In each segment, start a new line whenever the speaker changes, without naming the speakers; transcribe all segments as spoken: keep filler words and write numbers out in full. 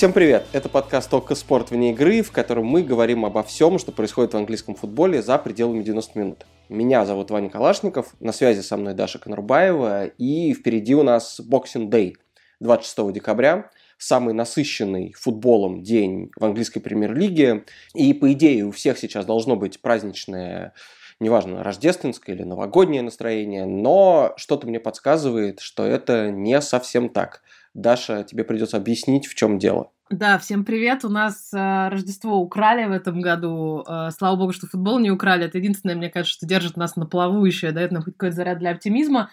Всем привет! Это подкаст «Только спорт вне игры», в котором мы говорим обо всем, что происходит в английском футболе за пределами девяносто минут. Меня зовут Ваня Калашников, на связи со мной Даша Конурбаева, и впереди у нас Boxing Day, двадцать шестого декабря, самый насыщенный футболом день в английской премьер-лиге, и по идее у всех сейчас должно быть праздничное, неважно, рождественское или новогоднее настроение, но что-то мне подсказывает, что это не совсем так. Даша, тебе придется объяснить, в чем дело.
Да, всем привет. У нас э, Рождество украли в этом году. Э, слава богу, что футбол не украли. Это единственное, мне кажется, что держит нас на плаву еще, дает нам хоть какой-то заряд для оптимизма.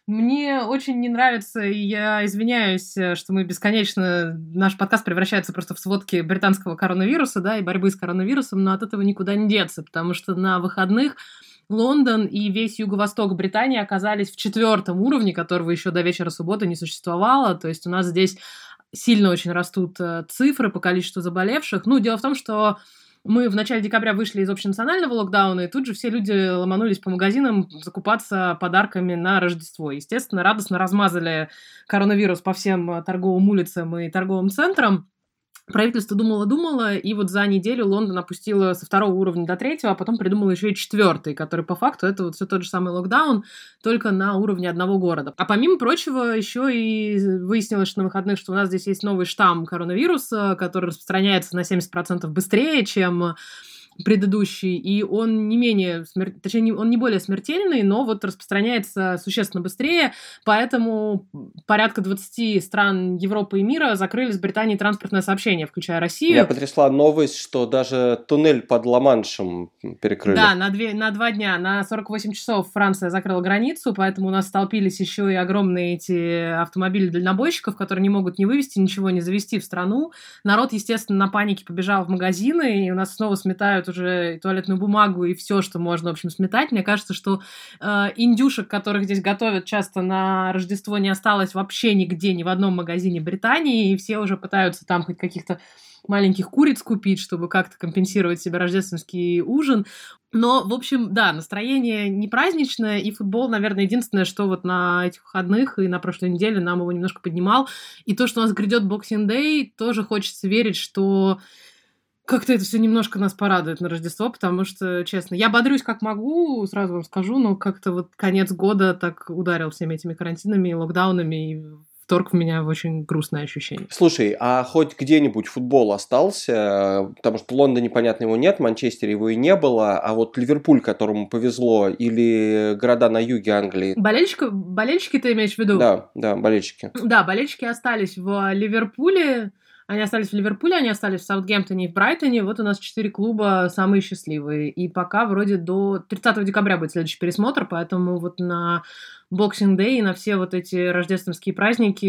Мне очень не нравится, и я извиняюсь, что мы бесконечно... Наш подкаст превращается просто в сводки британского коронавируса, да, и борьбы с коронавирусом, но от этого никуда не деться, потому что на выходных Лондон и весь юго-восток Британии оказались в четвертом уровне, которого еще до вечера субботы не существовало. То есть у нас здесь сильно очень растут цифры по количеству заболевших. Ну, дело в том, что мы в начале декабря вышли из общенационального локдауна, и тут же все люди ломанулись по магазинам закупаться подарками на Рождество. Естественно, радостно размазали коронавирус по всем торговым улицам и торговым центрам. Правительство думало-думало, и вот за неделю Лондон опустило со второго уровня до третьего, а потом придумало еще и четвертый, который по факту это вот все тот же самый локдаун, только на уровне одного города. А помимо прочего, еще и выяснилось, что на выходных, что у нас здесь есть новый штамм коронавируса, который распространяется на семьдесят процентов быстрее, чем предыдущий, и он не менее, смер... точнее, он не более смертельный, но вот распространяется существенно быстрее, поэтому порядка двадцати стран Европы и мира закрыли с Британией транспортное сообщение, включая Россию.
Меня потрясла новость, что даже туннель под Ла-Маншем перекрыли.
Да, на, две... на два дня, на сорок восемь часов Франция закрыла границу, поэтому у нас столпились еще и огромные эти автомобили дальнобойщиков, которые не могут ни вывезти, ничего не завезти в страну. Народ, естественно, на панике побежал в магазины, и у нас снова сметают уже и туалетную бумагу, и все, что можно, в общем, сметать. Мне кажется, что э, индюшек, которых здесь готовят часто на Рождество, не осталось вообще нигде, ни в одном магазине Британии, и все уже пытаются там хоть каких-то маленьких куриц купить, чтобы как-то компенсировать себе рождественский ужин. Но, в общем, да, настроение не праздничное, и футбол, наверное, единственное, что вот на этих выходных и на прошлой неделе нам его немножко поднимал. И то, что у нас грядет Boxing Day, тоже хочется верить, что как-то это все немножко нас порадует на Рождество, потому что, честно, я бодрюсь как могу, сразу вам скажу, но как-то вот конец года так ударил всеми этими карантинами и локдаунами, и вторг в меня в очень грустное ощущение.
Слушай, а хоть где-нибудь футбол остался? Потому что в Лондоне, понятно, его нет, в Манчестере его и не было, а вот Ливерпуль, которому повезло, или города на юге Англии?
Болельщики, болельщики ты имеешь в виду?
Да, да, болельщики.
Да, болельщики остались в Ливерпуле. Они остались в Ливерпуле, они остались в Саутгемптоне и в Брайтоне. Вот у нас четыре клуба самые счастливые. И пока вроде до тридцатого декабря будет следующий пересмотр, поэтому вот на Boxing Day и на все вот эти рождественские праздники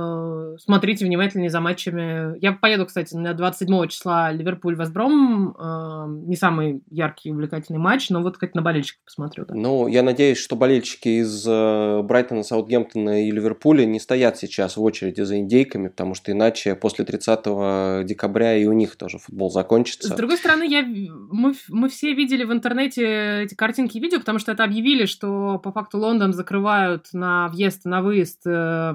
э, смотрите внимательнее за матчами. Я поеду, кстати, на двадцать седьмого числа Ливерпуль-Вест-Бром. Э, не самый яркий и увлекательный матч, но вот как на болельщиков посмотрю. Да.
Ну, я надеюсь, что болельщики из э, Брайтона, Саутгемптона и Ливерпуля не стоят сейчас в очереди за индейками, потому что иначе после тридцатого декабря и у них тоже футбол закончится.
С другой стороны, я, мы, мы все видели в интернете эти картинки и видео, потому что это объявили, что по факту Лондон закрывают на въезд и на выезд, э,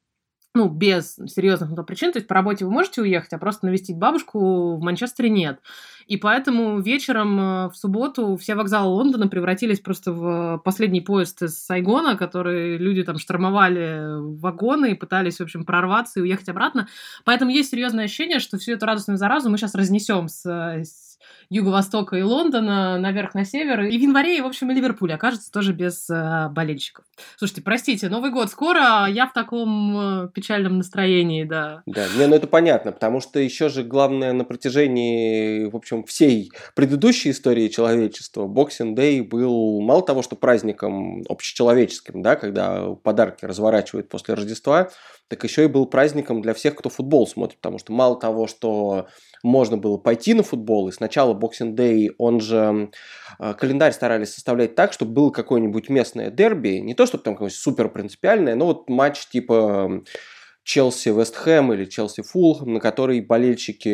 ну, без серьезных на то причин. То есть по работе вы можете уехать, а просто навестить бабушку в Манчестере нет. И поэтому вечером в субботу все вокзалы Лондона превратились просто в последний поезд из Сайгона, который люди там штормовали вагоны и пытались, в общем, прорваться и уехать обратно. Поэтому есть серьезное ощущение, что всю эту радостную заразу мы сейчас разнесем с, с юго-востока и Лондона наверх на север. И в январе, и, в общем, и Ливерпуль окажется тоже без э, болельщиков. Слушайте, простите, Новый год скоро, я в таком э, печальном настроении, да.
Да, не, ну это понятно, потому что еще же главное на протяжении, в общем, всей предыдущей истории человечества Boxing Day был мало того, что праздником общечеловеческим, да, когда подарки разворачивают после Рождества, так еще и был праздником для всех, кто футбол смотрит, потому что мало того, что можно было пойти на футбол, и сначала Boxing Day, он же э, календарь старались составлять так, чтобы было какое-нибудь местное дерби, не то, чтобы там какое-нибудь супер принципиальное, но вот матч типа Челси-Вест Хэм или Челси-Фулхэм, на который болельщики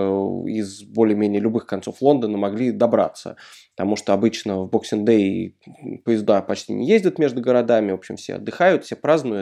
из более-менее любых концов Лондона могли добраться. Потому что обычно в Boxing Day поезда почти не ездят между городами, в общем, все отдыхают, все празднуют.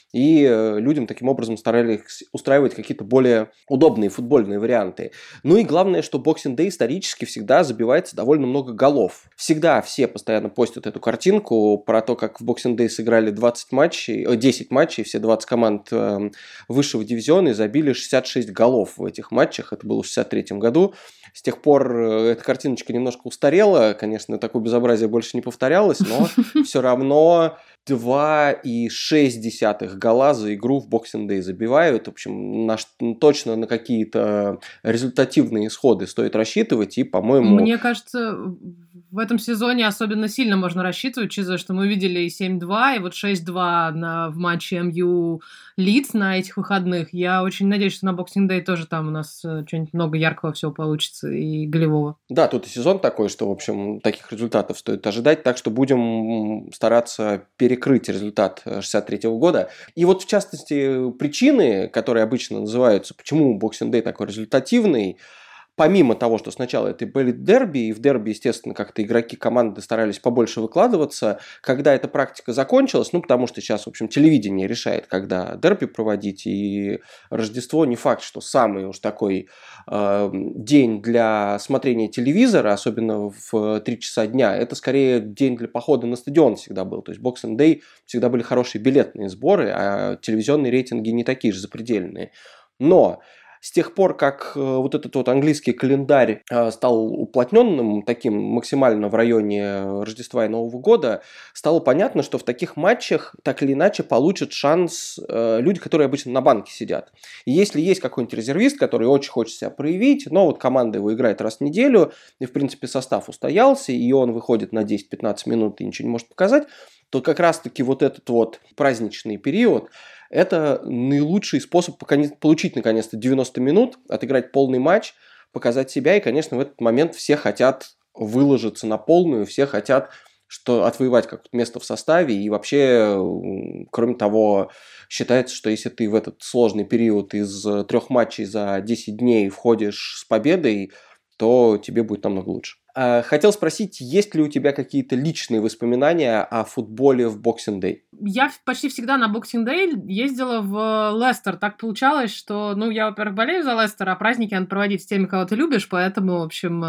и людям таким образом старались устраивать какие-то более удобные футбольные варианты. Ну и главное, что Boxing Day исторически всегда забивается довольно много голов. Всегда все постоянно постят эту картинку про то, как в Boxing Day сыграли двадцать матчей, десять матчей, все двадцать команд высшего дивизиона и забили шестьдесят шесть голов в этих матчах. Это было в шестьдесят третьем году. С тех пор эта картиночка немножко устарела. Конечно, такое безобразие больше не повторялось, но все равно два и шесть десятых гола за игру в Boxing Day забивают. В общем, на, точно на какие-то результативные исходы стоит рассчитывать. И, по-моему...
Мне кажется, в этом сезоне особенно сильно можно рассчитывать, учитывая, что мы видели и семь-два, и вот шесть-два на, в матче эм ю Лидс на этих выходных. Я очень надеюсь, что на Boxing Day тоже там у нас что-нибудь много яркого всего получится и голевого.
Да, тут и сезон такой, что, в общем, таких результатов стоит ожидать, так что будем стараться перекрыть результат шестьдесят третьего года. И вот, в частности, причины, которые обычно называются, почему Boxing Day такой результативный, помимо того, что сначала это были дерби, и в дерби, естественно, как-то игроки команды старались побольше выкладываться, когда эта практика закончилась, ну, потому что сейчас, в общем, телевидение решает, когда дерби проводить, и Рождество не факт, что самый уж такой э, день для смотрения телевизора, особенно в три часа дня, это скорее день для похода на стадион всегда был. То есть Boxing Day всегда были хорошие билетные сборы, а телевизионные рейтинги не такие же запредельные. Но с тех пор, как вот этот вот английский календарь стал уплотненным, таким максимально в районе Рождества и Нового года, стало понятно, что в таких матчах так или иначе получат шанс люди, которые обычно на банке сидят. И если есть какой-нибудь резервист, который очень хочет себя проявить, но вот команда его играет раз в неделю, и в принципе состав устоялся, и он выходит на десять-пятнадцать минут и ничего не может показать, то как раз-таки вот этот вот праздничный период – это наилучший способ получить наконец-то девяносто минут, отыграть полный матч, показать себя. И, конечно, в этот момент все хотят выложиться на полную, все хотят что отвоевать какое-то место в составе. И вообще, кроме того, считается, что если ты в этот сложный период из трех матчей за десять дней входишь с победой, то тебе будет намного лучше. Хотел спросить, есть ли у тебя какие-то личные воспоминания о футболе в Boxing Day?
Я почти всегда на Boxing Day ездила в Лестер. Так получалось, что, ну, я, во-первых, болею за Лестер, а праздники надо проводить с теми, кого ты любишь, поэтому, в общем,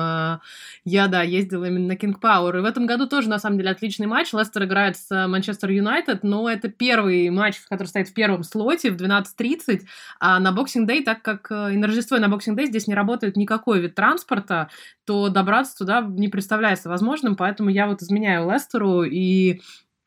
я, да, ездила именно на King Power. И в этом году тоже, на самом деле, отличный матч. Лестер играет с Манчестер Юнайтед, но это первый матч, который стоит в первом слоте в двенадцать тридцать, а на Boxing Day, так как и на Рождество, и на Boxing Day здесь не работает никакой вид транспорта, то добраться туда не представляется возможным, поэтому я вот изменяю Лестеру и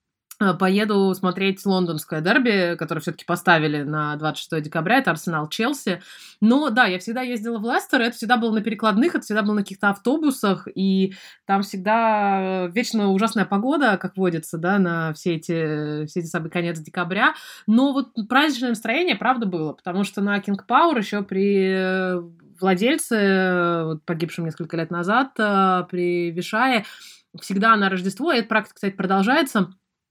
поеду смотреть лондонское дерби, которое все-таки поставили на двадцать шестого декабря, это Арсенал-Челси. Но да, я всегда ездила в Лестер, это всегда было на перекладных, это всегда было на каких-то автобусах, и там всегда вечно ужасная погода, как водится, да, на все эти, все эти самые конец декабря. Но вот праздничное настроение, правда, было, потому что на King Power еще при владельце, вот, погибшем несколько лет назад, при Вишае, всегда на Рождество, и эта практика, кстати, продолжается.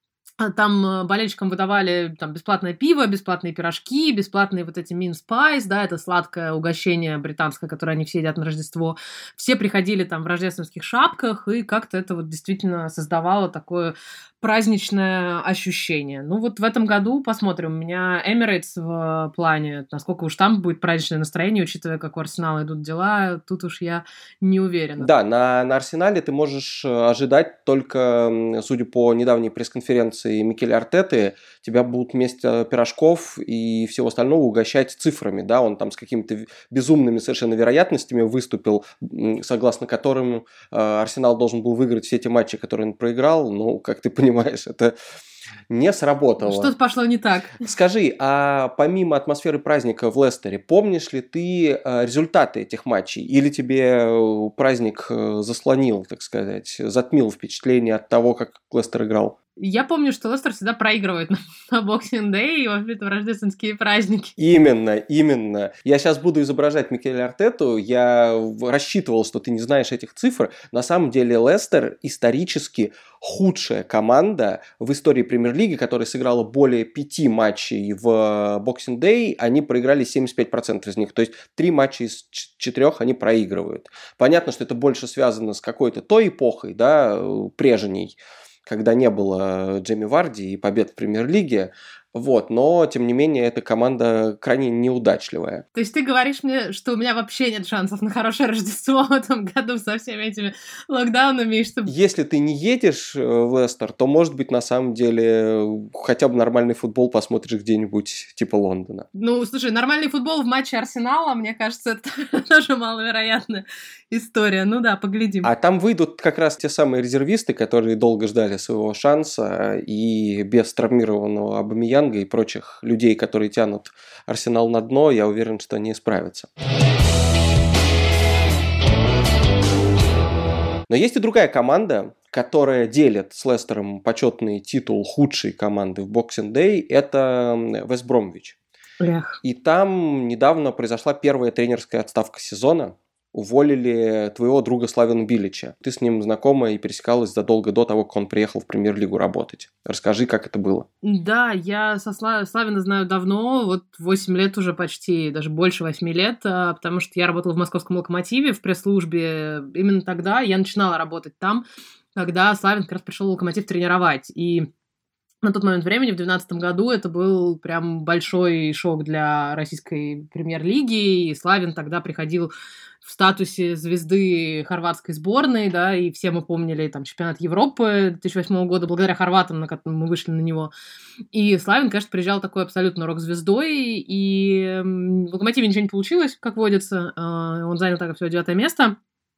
Там болельщикам выдавали там, бесплатное пиво, бесплатные пирожки, бесплатные вот эти mince pies, да, это сладкое угощение британское, которое они все едят на Рождество. Все приходили там в рождественских шапках, и как-то это вот действительно создавало такое праздничное ощущение. Ну вот в этом году посмотрим. У меня Emirates в плане, насколько уж там будет праздничное настроение, учитывая, как у Арсенала идут дела, тут уж я не уверена.
Да, на, на Арсенале ты можешь ожидать только, судя по недавней пресс-конференции Микеля Артеты, тебя будут вместо пирожков и всего остального угощать цифрами, да, он там с какими-то безумными совершенно вероятностями выступил, согласно которым Арсенал должен был выиграть все эти матчи, которые он проиграл, ну, как ты понимаешь, это не сработало.
Что-то пошло не так.
Скажи, а помимо атмосферы праздника в Лестере, помнишь ли ты результаты этих матчей? Или тебе праздник заслонил, так сказать, затмил впечатление от того, как Лестер играл?
Я помню, что Лестер всегда проигрывает на, на Boxing Day и, вообще, в рождественские праздники.
Именно, именно. Я сейчас буду изображать Микеля Артету. Я рассчитывал, что ты не знаешь этих цифр. На самом деле Лестер исторически худшая команда в истории Премьер-лиги, которая сыграла более пяти матчей в Boxing Day. Они проиграли семьдесят пять процентов из них. То есть три матча из четырех они проигрывают. Понятно, что это больше связано с какой-то той эпохой, да, прежней, когда не было Джейми Варди и побед в Премьер-лиге. Вот, но, тем не менее, эта команда крайне неудачливая.
То есть ты говоришь мне, что у меня вообще нет шансов на хорошее Рождество в этом году со всеми этими локдаунами? И что...
Если ты не едешь в Лестер, то, может быть, на самом деле, хотя бы нормальный футбол посмотришь где-нибудь типа Лондона.
Ну, слушай, нормальный футбол в матче Арсенала, мне кажется, это тоже маловероятная история. Ну да, поглядим.
А там выйдут как раз те самые резервисты, которые долго ждали своего шанса, и без травмированного Абамеянга и прочих людей, которые тянут Арсенал на дно, я уверен, что они справятся. Но есть и другая команда, которая делит с Лестером почетный титул худшей команды в Boxing Day, это Вест Бромвич.
Эх.
И там недавно произошла первая тренерская отставка сезона. Уволили твоего друга Славена Билича. Ты с ним знакома и пересекалась задолго до того, как он приехал в Премьер-лигу работать. Расскажи, как это было.
Да, я со Слав... Славина знаю давно, вот восемь лет уже почти, даже больше восьми лет, потому что я работала в московском «Локомотиве» в пресс-службе. Именно тогда я начинала работать там, когда Славин как раз пришел в «Локомотив» тренировать. И на тот момент времени, в две тысячи двенадцатом году, это был прям большой шок для российской премьер-лиги, и Славин тогда приходил в статусе звезды хорватской сборной, да, и все мы помнили там чемпионат Европы две тысячи восьмого года, благодаря хорватам, на котором мы вышли на него. И Славин, конечно, приезжал такой абсолютно рок-звездой, и в «Локомотиве» ничего не получилось, как водится. Он занял так всего девятое место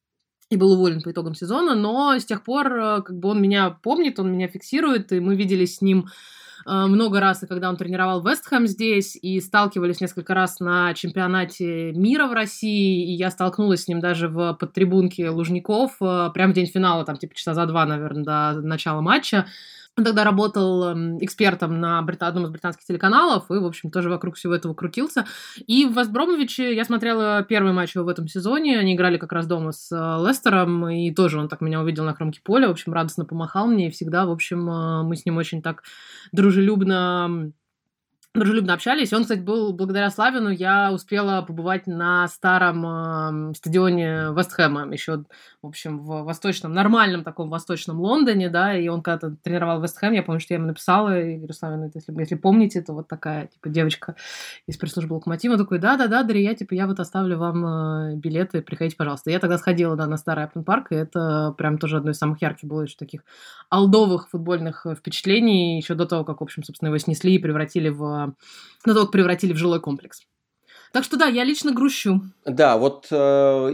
и был уволен по итогам сезона, но с тех пор как бы он меня помнит, он меня фиксирует, и мы виделись с ним много раз, и когда он тренировал Вест Хэм здесь, и сталкивались несколько раз на чемпионате мира в России, и я столкнулась с ним даже в подтрибунке Лужников, прямо в день финала, там типа часа за два, наверное, до начала матча. Он тогда работал экспертом на одном из британских телеканалов и, в общем, тоже вокруг всего этого крутился. И в Вест Бромвиче я смотрела первый матч его в этом сезоне. Они играли как раз дома с Лестером, и тоже он так меня увидел на кромке поля, в общем, радостно помахал мне, и всегда, в общем, мы с ним очень так дружелюбно... дружелюбно общались. Он, кстати, был благодаря Славину, я успела побывать на старом э, стадионе Вест Хэма, еще, в общем, в восточном, нормальном таком восточном Лондоне, да, и он когда-то тренировал Вест Хэм, я помню, что я ему написала, и говорю, Славин, если, если помните, то вот такая, типа, девочка из пресс-службы «Локомотива», такой, да-да-да, Дарья, типа, я вот оставлю вам э, билеты, приходите, пожалуйста. Я тогда сходила, да, на старый Аптон парк, и это прям тоже одно из самых ярких было еще таких олдовых футбольных впечатлений, еще до того, как, в общем, собственно, его снесли и превратили в до того, как превратили в жилой комплекс. Так что да, я лично грущу.
Да, вот э,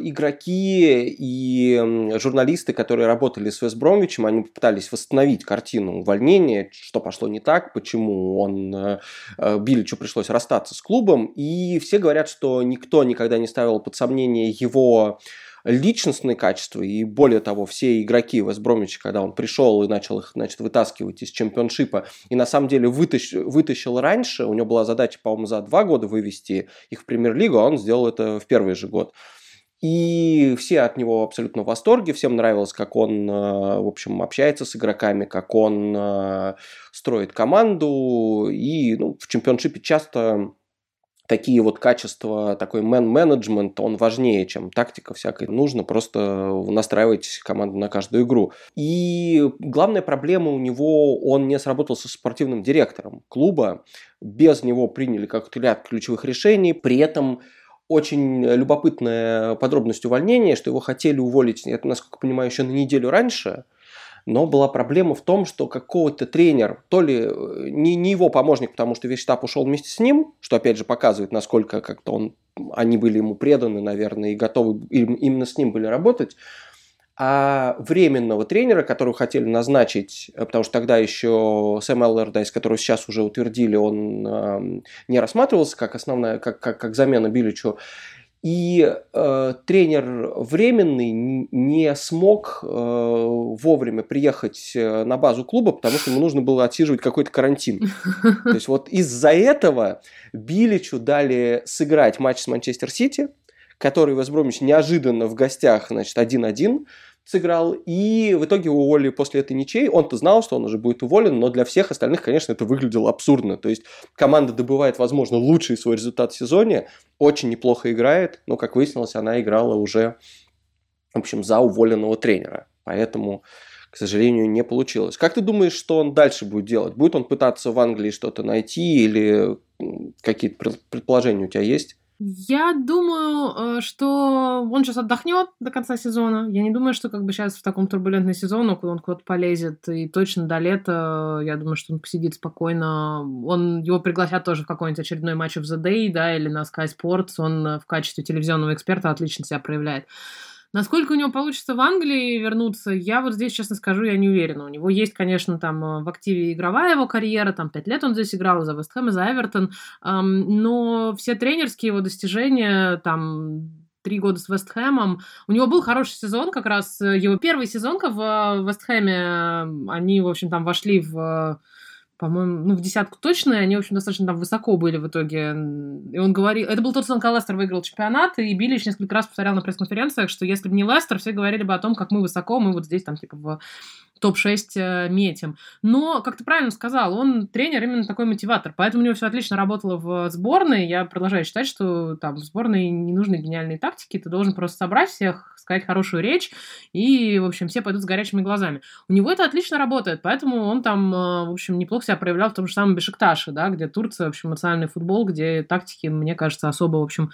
игроки и э, журналисты, которые работали с Вест Бромвичем, они попытались восстановить картину увольнения, что пошло не так, почему он э, Биличу пришлось расстаться с клубом, и все говорят, что никто никогда не ставил под сомнение его личностные качества, и более того, все игроки Вест Бромвича, когда он пришел и начал их, значит, вытаскивать из чемпионшипа, и на самом деле вытащ, вытащил раньше, у него была задача, по-моему, за два года вывести их в Премьер-лигу, а он сделал это в первый же год. И все от него абсолютно в восторге, всем нравилось, как он, в общем, общается с игроками, как он строит команду, и ну, в чемпионшипе часто... Такие вот качества, такой мен-менеджмент, он важнее, чем тактика всякая. Нужно просто настраивать команду на каждую игру. И главная проблема у него, он не сработался со спортивным директором клуба. Без него приняли какой-то ряд ключевых решений. При этом очень любопытная подробность увольнения, что его хотели уволить, это, насколько я понимаю, еще на неделю раньше. Но была проблема в том, что какого-то тренер, то ли не, не его помощник, потому что весь штаб ушел вместе с ним, что опять же показывает, насколько как-то он, они были ему преданы, наверное, и готовы именно с ним были работать, а временного тренера, которого хотели назначить, потому что тогда еще Сэм Эллердайс, которого сейчас уже утвердили, он э, не рассматривался как основная, как, как, как замена Биличу. И э, тренер временный не смог э, вовремя приехать на базу клуба, потому что ему нужно было отсиживать какой-то карантин. То есть вот из-за этого Биличу дали сыграть матч с Манчестер Сити, который Вест Бромвич неожиданно в гостях, значит, один-один сыграл, и в итоге его уволили после этой ничьей. Он-то знал, что он уже будет уволен, но для всех остальных, конечно, это выглядело абсурдно. То есть команда добывает, возможно, лучший свой результат в сезоне, очень неплохо играет, но, как выяснилось, она играла уже, в общем, за уволенного тренера. Поэтому к сожалению, не получилось. Как ты думаешь, что он дальше будет делать? Будет он пытаться в Англии что-то найти или какие-то предположения у тебя есть?
Я думаю, что он сейчас отдохнет до конца сезона. Я не думаю, что как бы сейчас в таком турбулентном сезоне он куда-то полезет. И точно до лета, я думаю, что он посидит спокойно. Он, его пригласят тоже в какой-нибудь очередной матч в The Day, да, или на Sky Sports. Он в качестве телевизионного эксперта отлично себя проявляет. Насколько у него получится в Англии вернуться, я вот здесь, честно скажу, я не уверена. У него есть, конечно, там в активе игровая его карьера, там пять лет он здесь играл за Вест Хэм и за Эвертон, но все тренерские его достижения, там, три года с Вест Хэмом, у него был хороший сезон, как раз его первый сезон в Вест Хэме, они, в общем, там вошли в... по-моему, ну, в десятку точно, и они, в общем, достаточно там высоко были в итоге. И он говорил... Это был тот сезон, когда Лестер выиграл чемпионат, и Биллич несколько раз повторял на пресс-конференциях, что если бы не Лестер, все говорили бы о том, как мы высоко, мы вот здесь там типа в топ шесть метим. Но, как ты правильно сказал, он тренер именно такой мотиватор, поэтому у него все отлично работало в сборной. Я продолжаю считать, что там в сборной не нужны гениальные тактики, ты должен просто собрать всех, сказать хорошую речь, и, в общем, все пойдут с горячими глазами. У него это отлично работает, поэтому он там, в общем, неплохо себя проявлял в том же самом Бешикташе, да, где Турция, в общем, эмоциональный футбол, где тактики, мне кажется, особо, в общем,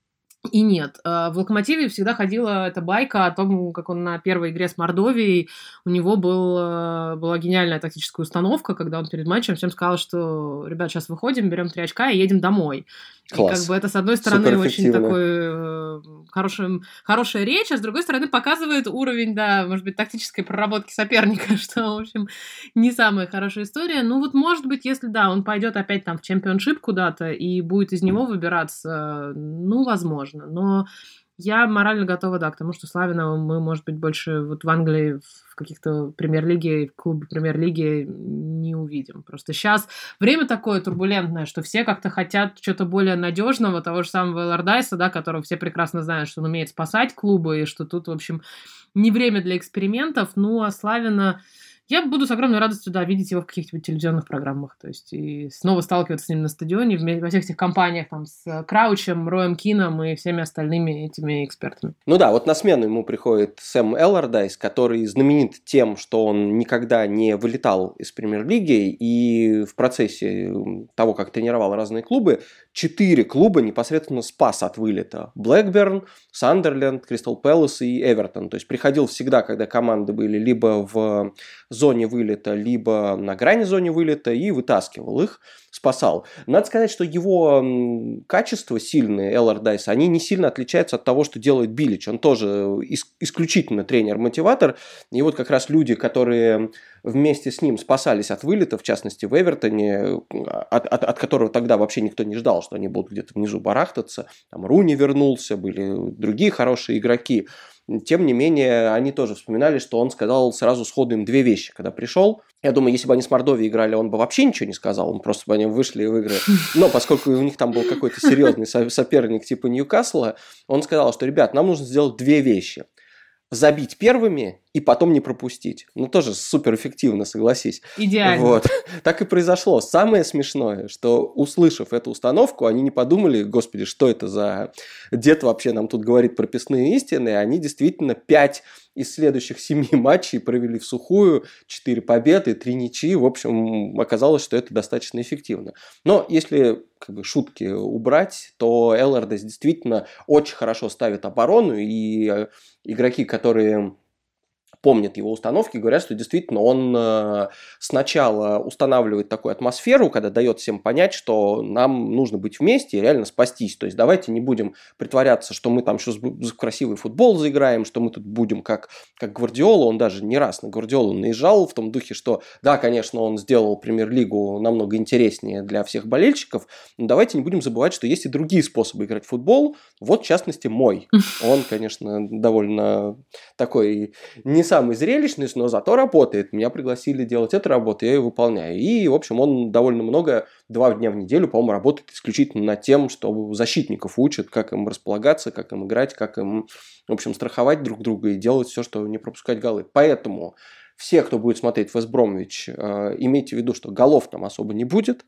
и нет. В «Локомотиве» всегда ходила эта байка о том, как он на первой игре с Мордовией, у него был, была гениальная тактическая установка, когда он перед матчем всем сказал, что, ребят, сейчас выходим, берем три очка и едем домой. Класс. И как бы это, с одной стороны, очень такой э, хороший, хорошая речь, а с другой стороны, показывает уровень, да, может быть, тактической проработки соперника, что, в общем, не самая хорошая история. Ну вот, может быть, если, да, он пойдет опять там в чемпионшип куда-то и будет из него выбираться, ну, возможно. Но я морально готова, да, к тому, что Славина мы, может быть, больше вот в Англии в каких-то премьер-лиге, в клубе премьер-лиги не увидим. Просто сейчас время такое турбулентное, что все как-то хотят что-то более надежного, того же самого Эллардайса, да, которого все прекрасно знают, что он умеет спасать клубы, и что тут, в общем, не время для экспериментов. Ну, а Славина... Я буду с огромной радостью, да, видеть его в каких-то телевизионных программах, то есть и снова сталкиваться с ним на стадионе, во всех этих компаниях, там, с Краучем, Роем Кином и всеми остальными этими экспертами.
Ну да, вот на смену ему приходит Сэм Эллардайс, который знаменит тем, что он никогда не вылетал из премьер-лиги, и в процессе того, как тренировал разные клубы, четыре клуба непосредственно спас от вылета. Блэкберн, Сандерленд, Кристал Пэлас и Эвертон. То есть приходил всегда, когда команды были либо в зоне вылета, либо на грани зоны вылета, и вытаскивал их, спасал. Надо сказать, что его качества сильные, Эллардайса, они не сильно отличаются от того, что делает Биллич. Он тоже исключительно тренер-мотиватор. И вот как раз люди, которые вместе с ним спасались от вылета, в частности в Эвертоне, от, от, от которого тогда вообще никто не ждал, что они будут где-то внизу барахтаться. Там Руни вернулся, были другие хорошие игроки. Тем не менее, они тоже вспоминали, что он сказал сразу сходу им две вещи, когда пришел. Я думаю, если бы они с Мордовией играли, он бы вообще ничего не сказал, он просто бы они вышли в игры. Но поскольку у них там был какой-то серьезный соперник типа Ньюкасла, он сказал, что, ребят, нам нужно сделать две вещи. Забить первыми и потом не пропустить. Ну, тоже суперэффективно, согласись.
Идеально.
Вот. Так и произошло. Самое смешное, что, услышав эту установку, они не подумали, господи, что это за дед вообще нам тут говорит прописные истины. Они действительно пять из следующих семи матчей провели в сухую, четыре победы, три ничьи. В общем, оказалось, что это достаточно эффективно. Но если как бы, шутки убрать, то Эллардайс действительно очень хорошо ставит оборону, и игроки, которые помнят его установки, говорят, что действительно он сначала устанавливает такую атмосферу, когда дает всем понять, что нам нужно быть вместе и реально спастись. То есть давайте не будем притворяться, что мы там сейчас в красивый футбол заиграем, что мы тут будем как, как Гвардиола. Он даже не раз на Гвардиолу наезжал в том духе, что да, конечно, он сделал премьер-лигу намного интереснее для всех болельщиков, но давайте не будем забывать, что есть и другие способы играть в футбол. Вот, в частности, мой. Он, конечно, довольно такой не самый зрелищный, но зато работает. Меня пригласили делать эту работу, я ее выполняю. И, в общем, он довольно много, два дня в неделю, по-моему, работает исключительно над тем, что защитников учат, как им располагаться, как им играть, как им, в общем, страховать друг друга и делать все, чтобы не пропускать голы. Поэтому все, кто будет смотреть Вест Бромвич, имейте в виду, что голов там особо не будет.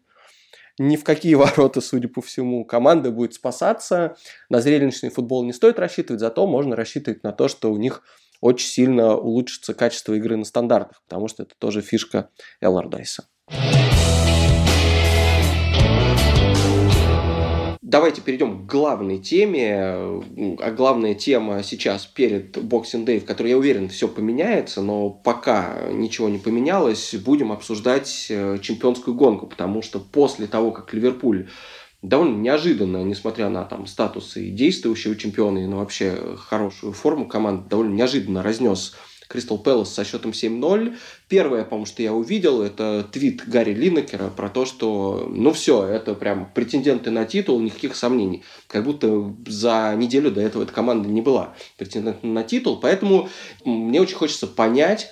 Ни в какие ворота, судя по всему, команда будет спасаться. На зрелищный футбол не стоит рассчитывать, зато можно рассчитывать на то, что у них очень сильно улучшится качество игры на стандартах, потому что это тоже фишка Эллардайса. Давайте перейдем к главной теме. А главная тема сейчас перед Boxing Day, в которой, я уверен, все поменяется, но пока ничего не поменялось, будем обсуждать чемпионскую гонку, потому что после того, как Ливерпуль довольно неожиданно, несмотря на там статусы действующего чемпиона и на вообще хорошую форму команды, довольно неожиданно разнес Кристал Пэлас со счетом семь ноль. Первое, по-моему, что я увидел, это твит Гарри Линнекера про то, что ну все, это прям претенденты на титул, никаких сомнений. Как будто за неделю до этого эта команда не была претендентом на титул. Поэтому мне очень хочется понять,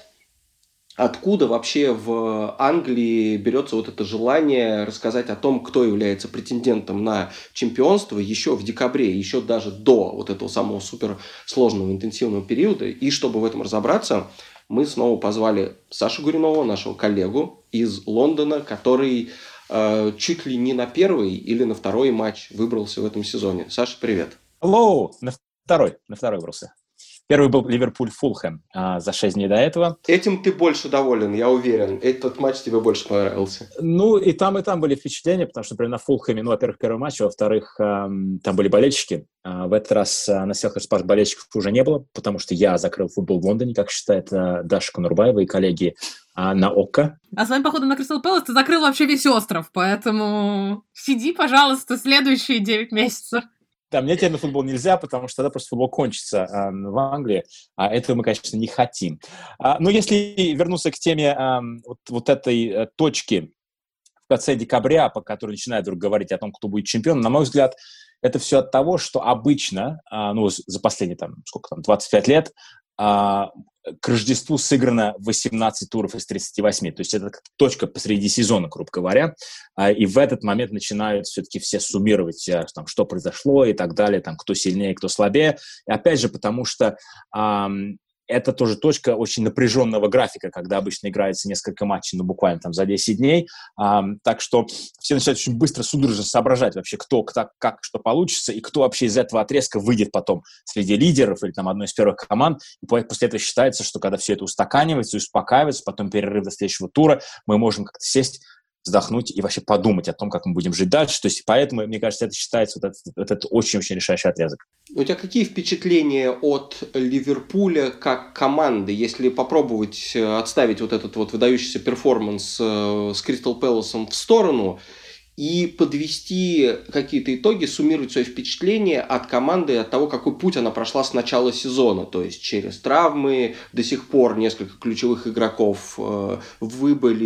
откуда вообще в Англии берется вот это желание рассказать о том, кто является претендентом на чемпионство еще в декабре, еще даже до вот этого самого суперсложного интенсивного периода. И чтобы в этом разобраться, мы снова позвали Сашу Гуринова, нашего коллегу из Лондона, который э, чуть ли не на первый или на второй матч выбрался в этом сезоне. Саша, привет.
Hello! На второй, на второй выбрался. Первый был Ливерпуль-Фулхэм а, за шесть дней до этого.
Этим ты больше доволен, я уверен. Этот матч тебе больше понравился.
Ну, и там, и там были впечатления, потому что, например, на Фулхэме, ну, во-первых, первый матч, а во-вторых, эм, там были болельщики. А в этот раз а, на Селхерст Парк болельщиков уже не было, потому что я закрыл футбол в Лондоне, как считает а, Даша Конурбаева и коллеги а, на ОККО.
А своим походом на Кристал Пэлас ты закрыл вообще весь остров, поэтому сиди, пожалуйста, следующие девять месяцев.
Да, мне теперь на футбол нельзя, потому что тогда просто футбол кончится а, в Англии, а этого мы, конечно, не хотим. А, но если вернуться к теме а, вот, вот этой а, точки в конце декабря, по которой начинают вдруг говорить о том, кто будет чемпионом, на мой взгляд, это все от того, что обычно, а, ну, за последние, там, сколько там, двадцать пять лет, а, к Рождеству сыграно восемнадцать туров из тридцати восьми. То есть это точка посреди сезона, грубо говоря. И в этот момент начинают все-таки все суммировать, там, что произошло и так далее, там, кто сильнее, кто слабее. И опять же, потому что эм, это тоже точка очень напряженного графика, когда обычно играется несколько матчей, ну, буквально там за десять дней. Эм, так что все начинают очень быстро, судорожно соображать вообще, кто, кто, как, что получится, и кто вообще из этого отрезка выйдет потом среди лидеров или там одной из первых команд. И после этого считается, что когда все это устаканивается, успокаивается, потом перерыв до следующего тура, мы можем как-то сесть, вздохнуть и вообще подумать о том, как мы будем жить дальше. То есть поэтому, мне кажется, это считается вот этот, вот этот очень-очень решающий отрезок.
У тебя какие впечатления от Ливерпуля как команды, если попробовать отставить вот этот вот выдающийся перформанс с Кристал Пэласом в сторону и подвести какие-то итоги, суммировать свои впечатления от команды, от того, какой путь она прошла с начала сезона, то есть через травмы, до сих пор несколько ключевых игроков э, выбыли,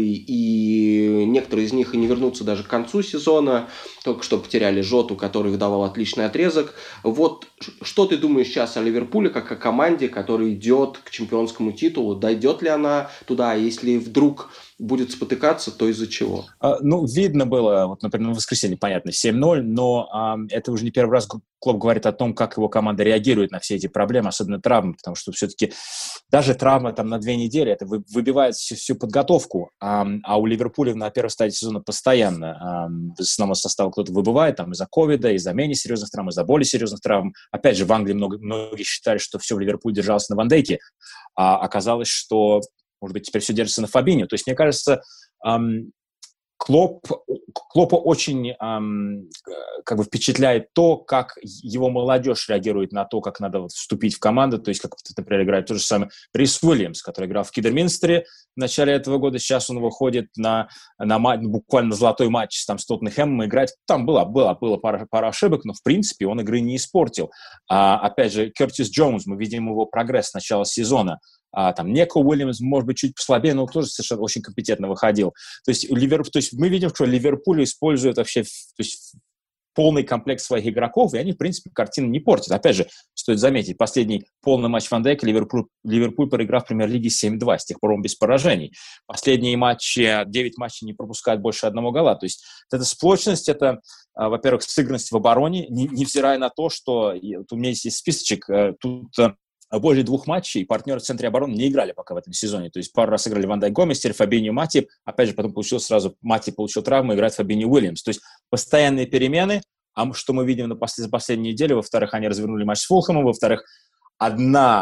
и некоторые из них и не вернутся даже к концу сезона, только что потеряли Жоту, который выдавал отличный отрезок. Вот что ты думаешь сейчас о Ливерпуле, как о команде, которая идет к чемпионскому титулу, дойдет ли она туда, если вдруг будет спотыкаться, то из-за чего?
А, ну, видно было, вот, например, в воскресенье, понятно, семь ноль, но а, это уже не первый раз Клоп говорит о том, как его команда реагирует на все эти проблемы, особенно травмы, потому что все-таки даже травма там на две недели, это выбивает всю, всю подготовку, а, а у Ливерпуля на первой стадии сезона постоянно а, из основного состава кто-то выбывает, там, из-за ковида, из-за менее серьезных травм, из-за более серьезных травм. Опять же, в Англии много, многие считали, что все в Ливерпуле держалось на Ван Дейке, а оказалось, что может быть, теперь все держится на Фабиньо. То есть, мне кажется, эм, Клоп, Клопа очень эм, как бы впечатляет то, как его молодежь реагирует на то, как надо вот вступить в команду. То есть, как, например, играет тот же самый Рис Уильямс, который играл в Киддерминстере в начале этого года. Сейчас он выходит на, на, на буквально на золотой матч там, с Тоттенхэмом играть. Там была, была, была пара, пара ошибок, но, в принципе, он игры не испортил. А, опять же, Кертис Джонс, мы видим его прогресс с начала сезона. А, там Неко Уильямс, может быть, чуть послабее, но тоже совершенно очень компетентно выходил. То есть, Ливерпуль, то есть мы видим, что Ливерпуль использует вообще то есть, полный комплект своих игроков, и они, в принципе, картину не портят. Опять же, стоит заметить, последний полный матч Ван Дейка Ливерпуль, Ливерпуль проиграл в премьер-лиге семь два, с тех пор он без поражений. Последние матчи, девять матчей не пропускают больше одного гола. То есть, эта сплочность, это, во-первых, сыгранность в обороне, невзирая на то, что вот у меня есть списочек, тут более двух матчей партнеры в центре обороны не играли пока в этом сезоне. То есть пару раз играли Ван Дайк Гомес, теперь Фабиньо Матип. Опять же, потом получил сразу, Матип получил травму, играет Фабиньо Уильямс. То есть постоянные перемены. А что мы видим на послед... за последнюю неделю? Во-вторых, они развернули матч с Фулхэмом. Во-вторых, одна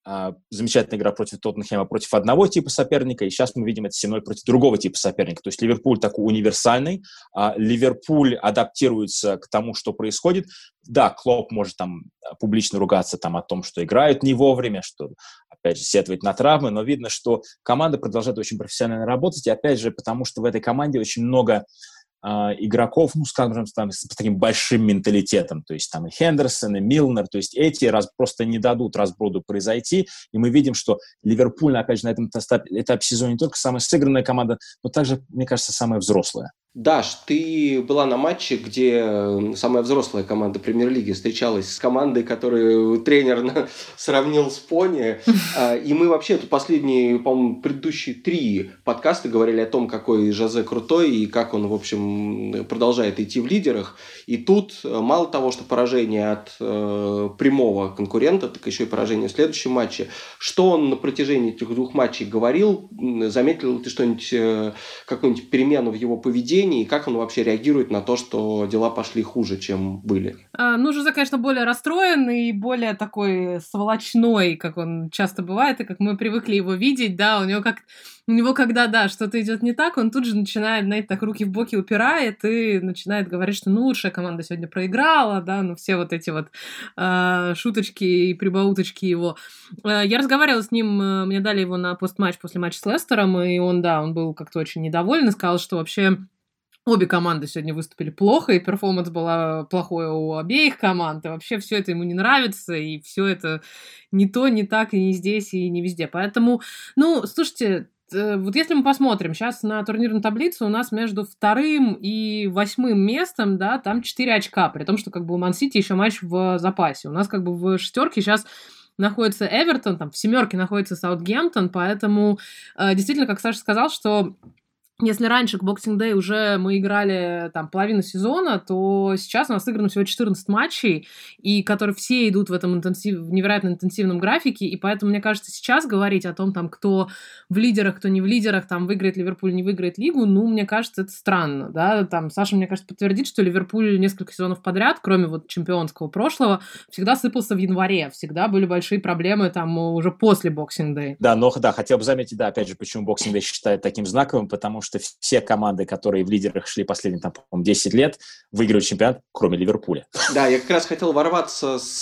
а, замечательная игра против Тоттенхэма против одного типа соперника, и сейчас мы видим это семь ноль против другого типа соперника. То есть Ливерпуль такой универсальный, а Ливерпуль адаптируется к тому, что происходит. Да, Клоп может там публично ругаться там о том, что играют не вовремя, что, опять же, сетовать на травмы, но видно, что команда продолжает очень профессионально работать, и опять же, потому что в этой команде очень много Uh, игроков, ну, скажем, там, с, с таким большим менталитетом, то есть там и Хендерсон, и Милнер, то есть эти раз, просто не дадут разброду произойти, и мы видим, что Ливерпуль, опять же, на этом этапе, этапе сезона не только самая сыгранная команда, но также, мне кажется, самая взрослая.
Даш, ты была на матче, где самая взрослая команда Премьер-лиги встречалась с командой, которую тренер сравнил с пони. И мы вообще тут последние, по-моему, предыдущие три подкаста говорили о том, какой Жозе крутой и как он, в общем, продолжает идти в лидерах. И тут мало того, что поражение от э, прямого конкурента, так еще и поражение в следующем матче. Что он на протяжении этих двух матчей говорил? Заметил ты что-нибудь, э, какую-нибудь перемену в его поведении? И как он вообще реагирует на то, что дела пошли хуже, чем были?
А, ну, Жозе, конечно, более расстроенный и более такой сволочной, как он часто бывает, и как мы привыкли его видеть, да, у него как... У него, когда, да, что-то идет не так, он тут же начинает, знаете, так руки в боки упирает и начинает говорить, что, ну, лучшая команда сегодня проиграла, да, ну, все вот эти вот э, шуточки и прибауточки его. Э, я разговаривала с ним, э, мне дали его на постматч после матча с Лестером, и он, да, он был как-то очень недоволен и сказал, что вообще обе команды сегодня выступили плохо, и перформанс был плохой у обеих команд, и вообще все это ему не нравится, и все это не то, не так, и не здесь, и не везде. Поэтому, ну, слушайте, вот если мы посмотрим сейчас на турнирную таблицу, у нас между вторым и восьмым местом, да, там четыре очка, при том, что как бы у Ман-Сити еще матч в запасе. У нас как бы в шестерке сейчас находится Эвертон, там в семерке находится Саутгемптон, поэтому э, действительно, как Саша сказал, что если раньше к Boxing Day уже мы играли там половину сезона, то сейчас у нас сыграно всего четырнадцать матчей, и которые все идут в этом интенсив... в невероятно интенсивном графике, и поэтому, мне кажется, сейчас говорить о том, там, кто в лидерах, кто не в лидерах, там, выиграет Ливерпуль, не выиграет Лигу, ну, мне кажется, это странно, да, там, Саша, мне кажется, подтвердит, что Ливерпуль несколько сезонов подряд, кроме вот чемпионского прошлого, всегда сыпался в январе, всегда были большие проблемы там уже после Boxing Day.
Да, но, да, хотел бы заметить, да, опять же, почему Boxing Day считают таким знаковым, потому что что все команды, которые в лидерах шли последние, там, по-моему, десять лет, выигрывают чемпионат, кроме Ливерпуля.
Да, я как раз хотел ворваться с,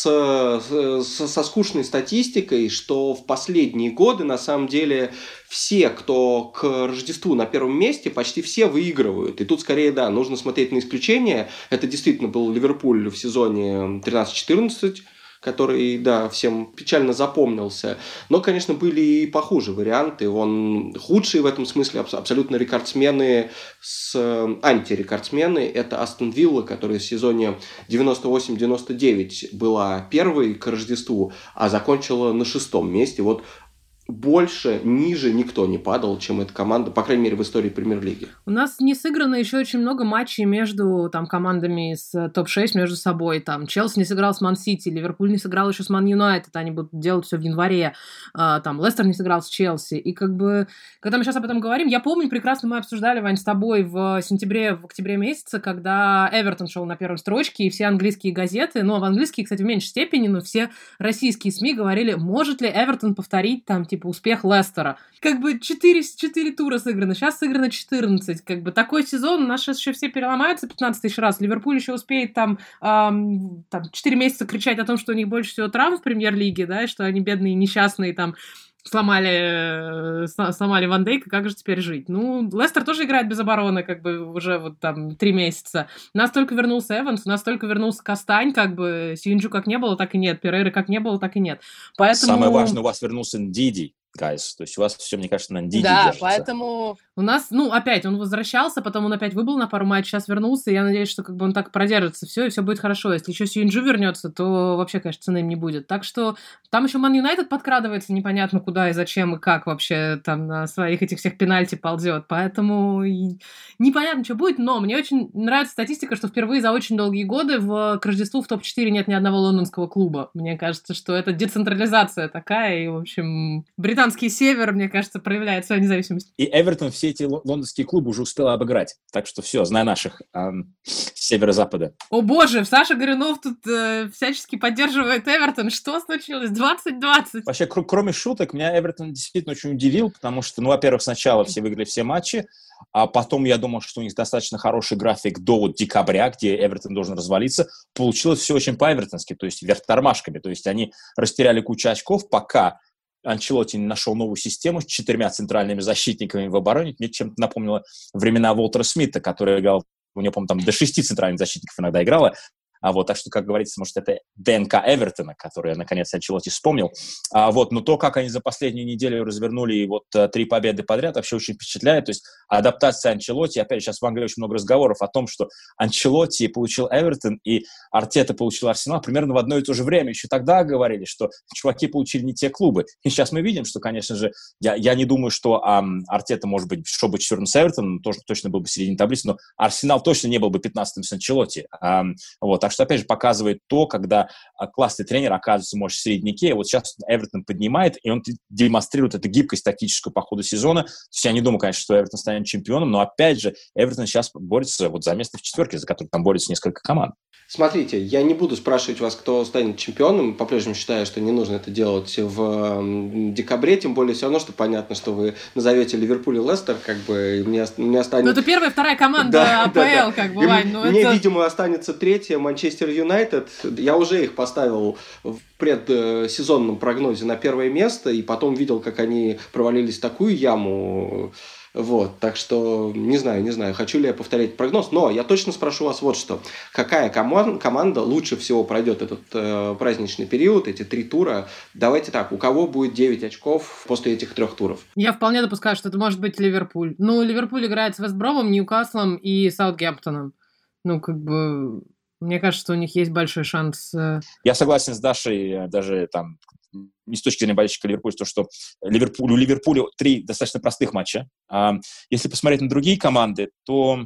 с, со скучной статистикой, что в последние годы, на самом деле, все, кто к Рождеству на первом месте, почти все выигрывают. И тут, скорее, да, нужно смотреть на исключения. Это действительно был Ливерпуль в сезоне тринадцать-четырнадцать, который, да, всем печально запомнился. Но, конечно, были и похуже варианты. Он худший в этом смысле абсолютно рекордсмены с антирекордсмены. Это Астон Вилла, которая в сезоне девяносто восемь девяносто девять была первой к Рождеству, а закончила на шестом месте. Вот больше, ниже никто не падал, чем эта команда, по крайней мере, в истории Премьер-лиги.
У нас не сыграно еще очень много матчей между там, командами с топ шесть между собой. Там Челси не сыграл с Ман-Сити, Ливерпуль не сыграл еще с Ман-Юнайтед, они будут делать все в январе. А, там Лестер не сыграл с Челси. И как бы, когда мы сейчас об этом говорим, я помню, прекрасно мы обсуждали, Вань, с тобой в сентябре, в октябре месяце, когда Эвертон шел на первой строчке, и все английские газеты, ну, в английские, кстати, в меньшей степени, но все российские СМИ говорили, может ли Эвертон повторить там, типа, типа успех Лестера. Как бы четыре, четыре тура сыграно, сейчас сыграно четырнадцать. Как бы такой сезон, у нас сейчас еще все переломаются пятнадцать тысяч раз. Ливерпуль еще успеет там, эм, там четыре месяца кричать о том, что у них больше всего травм в Премьер-лиге, да, и что они бедные, несчастные там сломали, сломали Ван Дейка, как же теперь жить? Ну, Лестер тоже играет без обороны, как бы, уже вот там три месяца. У нас только вернулся Эванс, у нас только вернулся Кастань, как бы, Сьюнджу как не было, так и нет, Перейры как не было, так и нет. Поэтому...
Самое важное, у вас вернулся Ндиди, guys, то есть у вас все, мне кажется, на Ндиди
да,
держится.
Да, поэтому у нас, ну, опять, он возвращался, потом он опять выбыл на пару матчей, сейчас вернулся, и я надеюсь, что как бы он так продержится, все, и все будет хорошо. Если еще Сьюнджу вернется, то вообще, конечно, цены им не будет. Так что там еще Ман Юнайтед подкрадывается непонятно куда и зачем, и как вообще там на своих этих всех пенальти ползет. Поэтому непонятно, что будет, но мне очень нравится статистика, что впервые за очень долгие годы в, к Рождеству в топ четыре нет ни одного лондонского клуба. Мне кажется, что это децентрализация такая, и, в общем, британцы британский север, мне кажется, проявляет свою независимость.
И Эвертон все эти лондонские клубы уже успел обыграть. Так что все, знай наших эм, с северо-запада.
О боже, Саша Горюнов тут э, всячески поддерживает Эвертон. Что случилось? двадцать двадцать.
Вообще, кр- кроме шуток, меня Эвертон действительно очень удивил, потому что, ну, во-первых, сначала все выиграли все матчи, а потом я думал, что у них достаточно хороший график до вот декабря, где Эвертон должен развалиться. Получилось все очень по-эвертонски, то есть вверх тормашками. То есть они растеряли кучу очков, пока Анчелотти не нашел новую систему с четырьмя центральными защитниками в обороне. Мне чем-то напомнило времена Уолтера Смита, который играл, у него, по-моему, там до шести центральных защитников иногда играло. А вот, так что, как говорится, может, это ДНК Эвертона, который, наконец, Анчелотти вспомнил. А вот, но то, как они за последнюю неделю развернули вот три победы подряд, вообще очень впечатляет. То есть адаптация Анчелотти, опять же, сейчас в Англии очень много разговоров о том, что Анчелотти получил Эвертон и Артета получил Арсенал примерно в одно и то же время. Еще тогда говорили, что чуваки получили не те клубы. И сейчас мы видим, что, конечно же, я, я не думаю, что ам, Артета, может быть, шел бы четвертым с Эвертоном, тоже точно был бы в середине таблицы, но Арсенал точно не был бы пятнадцатым с Анчелотти. Ам, вот. Так что, опять же, показывает то, когда классный тренер оказывается, может, в середняке. Вот сейчас Эвертон поднимает, и он демонстрирует эту гибкость тактическую по ходу сезона. То есть я не думаю, конечно, что Эвертон станет чемпионом, но, опять же, Эвертон сейчас борется вот за место в четверке, за которое там борется несколько команд.
Смотрите, я не буду спрашивать вас, кто станет чемпионом. По-прежнему считаю, что не нужно это делать в декабре, тем более все равно, что понятно, что вы назовете Ливерпуль и Лестер, как бы мне, мне останется...
Ну, это первая, вторая команда да, АПЛ, да, да. как бы, Вань. Ну,
мне,
это...
видимо, останется третья, Манчестер Юнайтед. Я уже их поставил в предсезонном прогнозе на первое место, и потом видел, как они провалились в такую яму. Вот, так что не знаю, не знаю, хочу ли я повторять прогноз, но я точно спрошу вас вот что. Какая команда, команда лучше всего пройдет этот э, праздничный период, эти три тура? Давайте так, у кого будет девять очков после этих трех туров?
Я вполне допускаю, что это может быть Ливерпуль. Ну, Ливерпуль играет с Вестбромом, Ньюкаслом и Саутгемптоном. Ну, как бы... Мне кажется, что у них есть большой шанс.
Я согласен с Дашей, даже там не с точки зрения болельщика Ливерпуля, то, что Ливерпуль, у Ливерпуля три достаточно простых матча. Если посмотреть на другие команды, то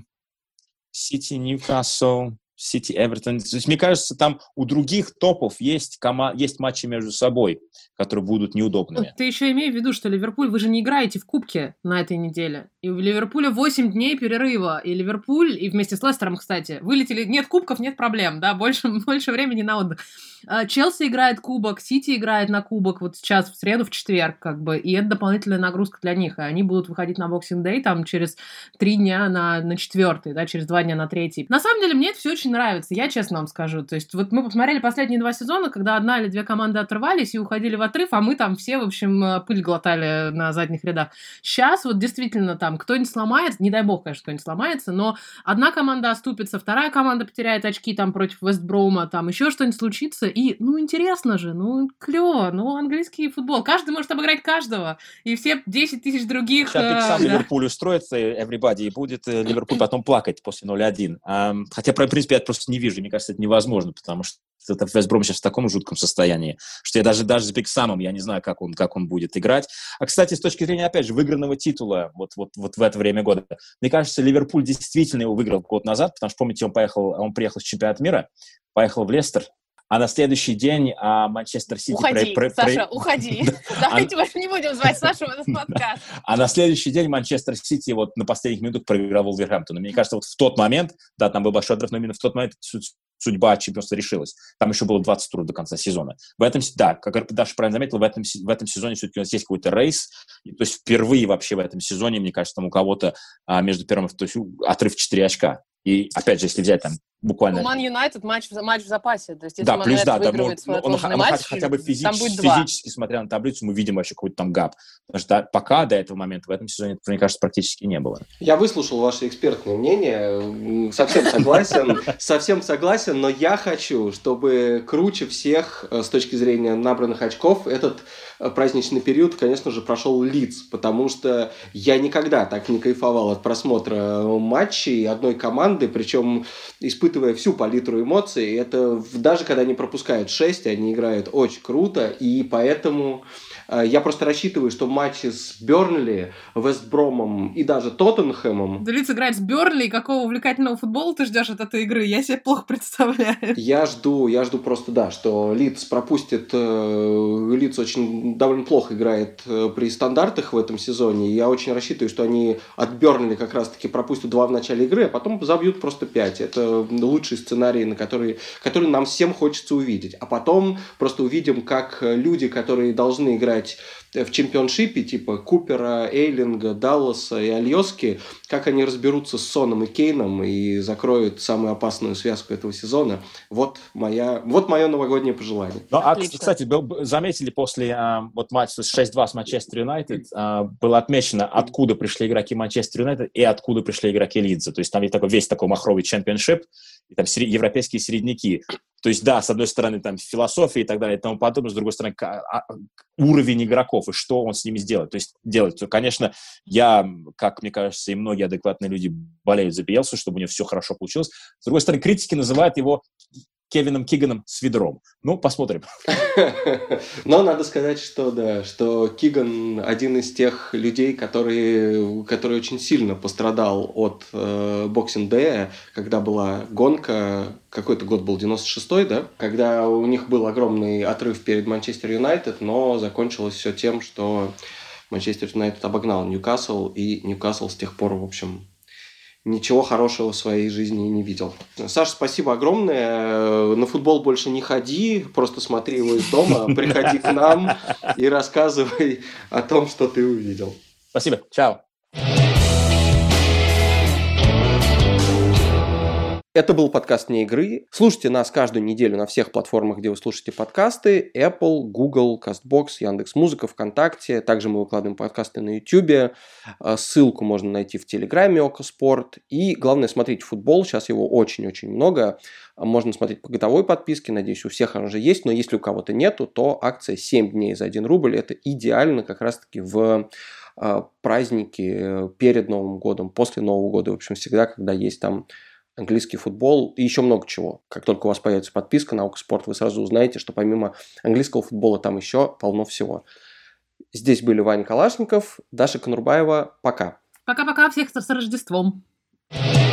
Сити, Ньюкасл, Сити, Эвертон. То есть, мне кажется, там у других топов есть, кома- есть матчи между собой, которые будут неудобными.
Ты еще имей в виду, что Ливерпуль, вы же не играете в кубке на этой неделе. И у Ливерпуля восемь дней перерыва. И Ливерпуль, и вместе с Лестером, кстати, вылетели. Нет кубков, нет проблем, да, больше, больше времени на отдых. Челси играет кубок, Сити играет на кубок вот сейчас, в среду, в четверг, как бы, и это дополнительная нагрузка для них. И они будут выходить на Boxing Day там через три дня на, на четвертый, да, через два дня на третий. На самом деле, мне это все очень нравится, я честно вам скажу. То есть вот мы посмотрели последние два сезона, когда одна или две команды отрывались и уходили в отрыв, а мы там все, в общем, пыль глотали на задних рядах. Сейчас вот действительно там кто-нибудь сломается, не дай бог, конечно, кто-нибудь сломается, но одна команда оступится, вторая команда потеряет очки там против Вестброма, там еще что-нибудь случится, и, ну, интересно же, ну, клево, ну, английский футбол, каждый может обыграть каждого, и все десять тысяч других...
Сейчас сам
да.
Ливерпуль устроится, everybody, и будет Ливерпуль потом плакать после ноль один. Хотя, в принципе, я просто не вижу, мне кажется, это невозможно, потому что это Вестбром сейчас в таком жутком состоянии, что я даже, даже с Бигсамом, я не знаю, как он, как он будет играть. А, кстати, с точки зрения, опять же, выигранного титула вот, вот, вот в это время года, мне кажется, Ливерпуль действительно его выиграл год назад, потому что, помните, он, поехал, он приехал с чемпионата мира, поехал в Лестер, а на следующий день а, Манчестер Сити...
Уходи,
про, про,
Саша,
про...
уходи. Давайте больше не будем звать Сашу в этот подкаст.
А на следующий день Манчестер Сити вот на последних минутах проиграл Вулверхэмптону. Мне кажется, вот в тот момент, да, там был большой отрыв, но именно в тот момент судьба чемпионства решилась. Там еще было двадцать туров до конца сезона. В этом, да, как Даша правильно заметила, в этом, в этом сезоне все-таки у нас есть какой-то рейс. И, то есть впервые вообще в этом сезоне, мне кажется, там у кого-то а, между первым, то есть отрыв четыре очка. И опять же, если взять там буквально...
У Ман Юнайтед матч, матч в запасе. То есть, если
да,
Ман
плюс, да, да,
выигрывает
он,
свой
он,
отложенный
он,
матч,
хотя бы физич,
там будет два.
физически, смотря на таблицу, мы видим вообще какой-то там гап. Потому что пока до этого момента в этом сезоне, мне кажется, практически не было.
Я выслушал ваше экспертное мнение, совсем согласен, совсем согласен, но я хочу, чтобы круче всех с точки зрения набранных очков этот праздничный период, конечно же, прошел Лидс, потому что я никогда так не кайфовал от просмотра матчей одной команды, причем испытывая всю палитру эмоций. Это даже когда они пропускают шесть, они играют очень круто, и поэтому Я просто рассчитываю, что матчи с Бернли, Вестбромом и даже Тоттенхэмом...
Да, Лидс играет с Бернли, какого увлекательного футбола ты ждешь от этой игры? Я себе плохо представляю.
Я жду, я жду просто, да, что Лидс пропустит... Лидс очень довольно плохо играет при стандартах в этом сезоне. Я очень рассчитываю, что они от Бернли как раз-таки пропустят два в начале игры, а потом забьют просто пять. Это лучший сценарий, на который, который нам всем хочется увидеть. А потом просто увидим, как люди, которые должны играть в чемпионшипе, типа Купера, Эйлинга, Далласа и Альоски, как они разберутся с Соном и Кейном и закроют самую опасную связку этого сезона. Вот, моя, вот мое новогоднее пожелание.
Ну, а, кстати, был, заметили после а, вот матча шесть два с Манчестер Юнайтед, а, было отмечено, откуда пришли игроки Манчестер Юнайтед и откуда пришли игроки Лидза. То есть там есть такой, весь такой махровый чемпионшип, и там сери- европейские середняки. То есть, да, с одной стороны, там философия и так далее и тому подобное, с другой стороны, уровень игроков и что он с ними сделает. То есть, делать. То, конечно, я, как мне кажется, и многие адекватные люди болеют за Биелсу, чтобы у него все хорошо получилось. С другой стороны, критики называют его Кевином Киганом с ведром. Ну, посмотрим.
Но надо сказать, что да, что Киган один из тех людей, который, который очень сильно пострадал от э, Boxing Day, когда была гонка, какой-то год был, девяносто шестой, да, когда у них был огромный отрыв перед Манчестер Юнайтед, но закончилось все тем, что Манчестер Юнайтед обогнал Ньюкасл, и Ньюкасл с тех пор, в общем... ничего хорошего в своей жизни не видел. Саша, спасибо огромное. На футбол больше не ходи, просто смотри его из дома, приходи к нам и рассказывай о том, что ты увидел.
Спасибо. Чао.
Это был подкаст «Не игры». Слушайте нас каждую неделю на всех платформах, где вы слушаете подкасты. Apple, Google, CastBox, Яндекс.Музыка, ВКонтакте. Также мы выкладываем подкасты на YouTube. Ссылку можно найти в Телеграме Окоспорт. И главное, смотрите футбол. Сейчас его очень-очень много. Можно смотреть по годовой подписке. Надеюсь, у всех она уже есть. Но если у кого-то нету, то акция семь дней за один рубль. Это идеально как раз-таки в праздники перед Новым годом, после Нового года. В общем, всегда, когда есть там английский футбол и еще много чего. Как только у вас появится подписка на Окоспорт, вы сразу узнаете, что помимо английского футбола там еще полно всего. Здесь были Ваня Калашников, Даша Конурбаева. Пока.
Пока-пока, всех с Рождеством.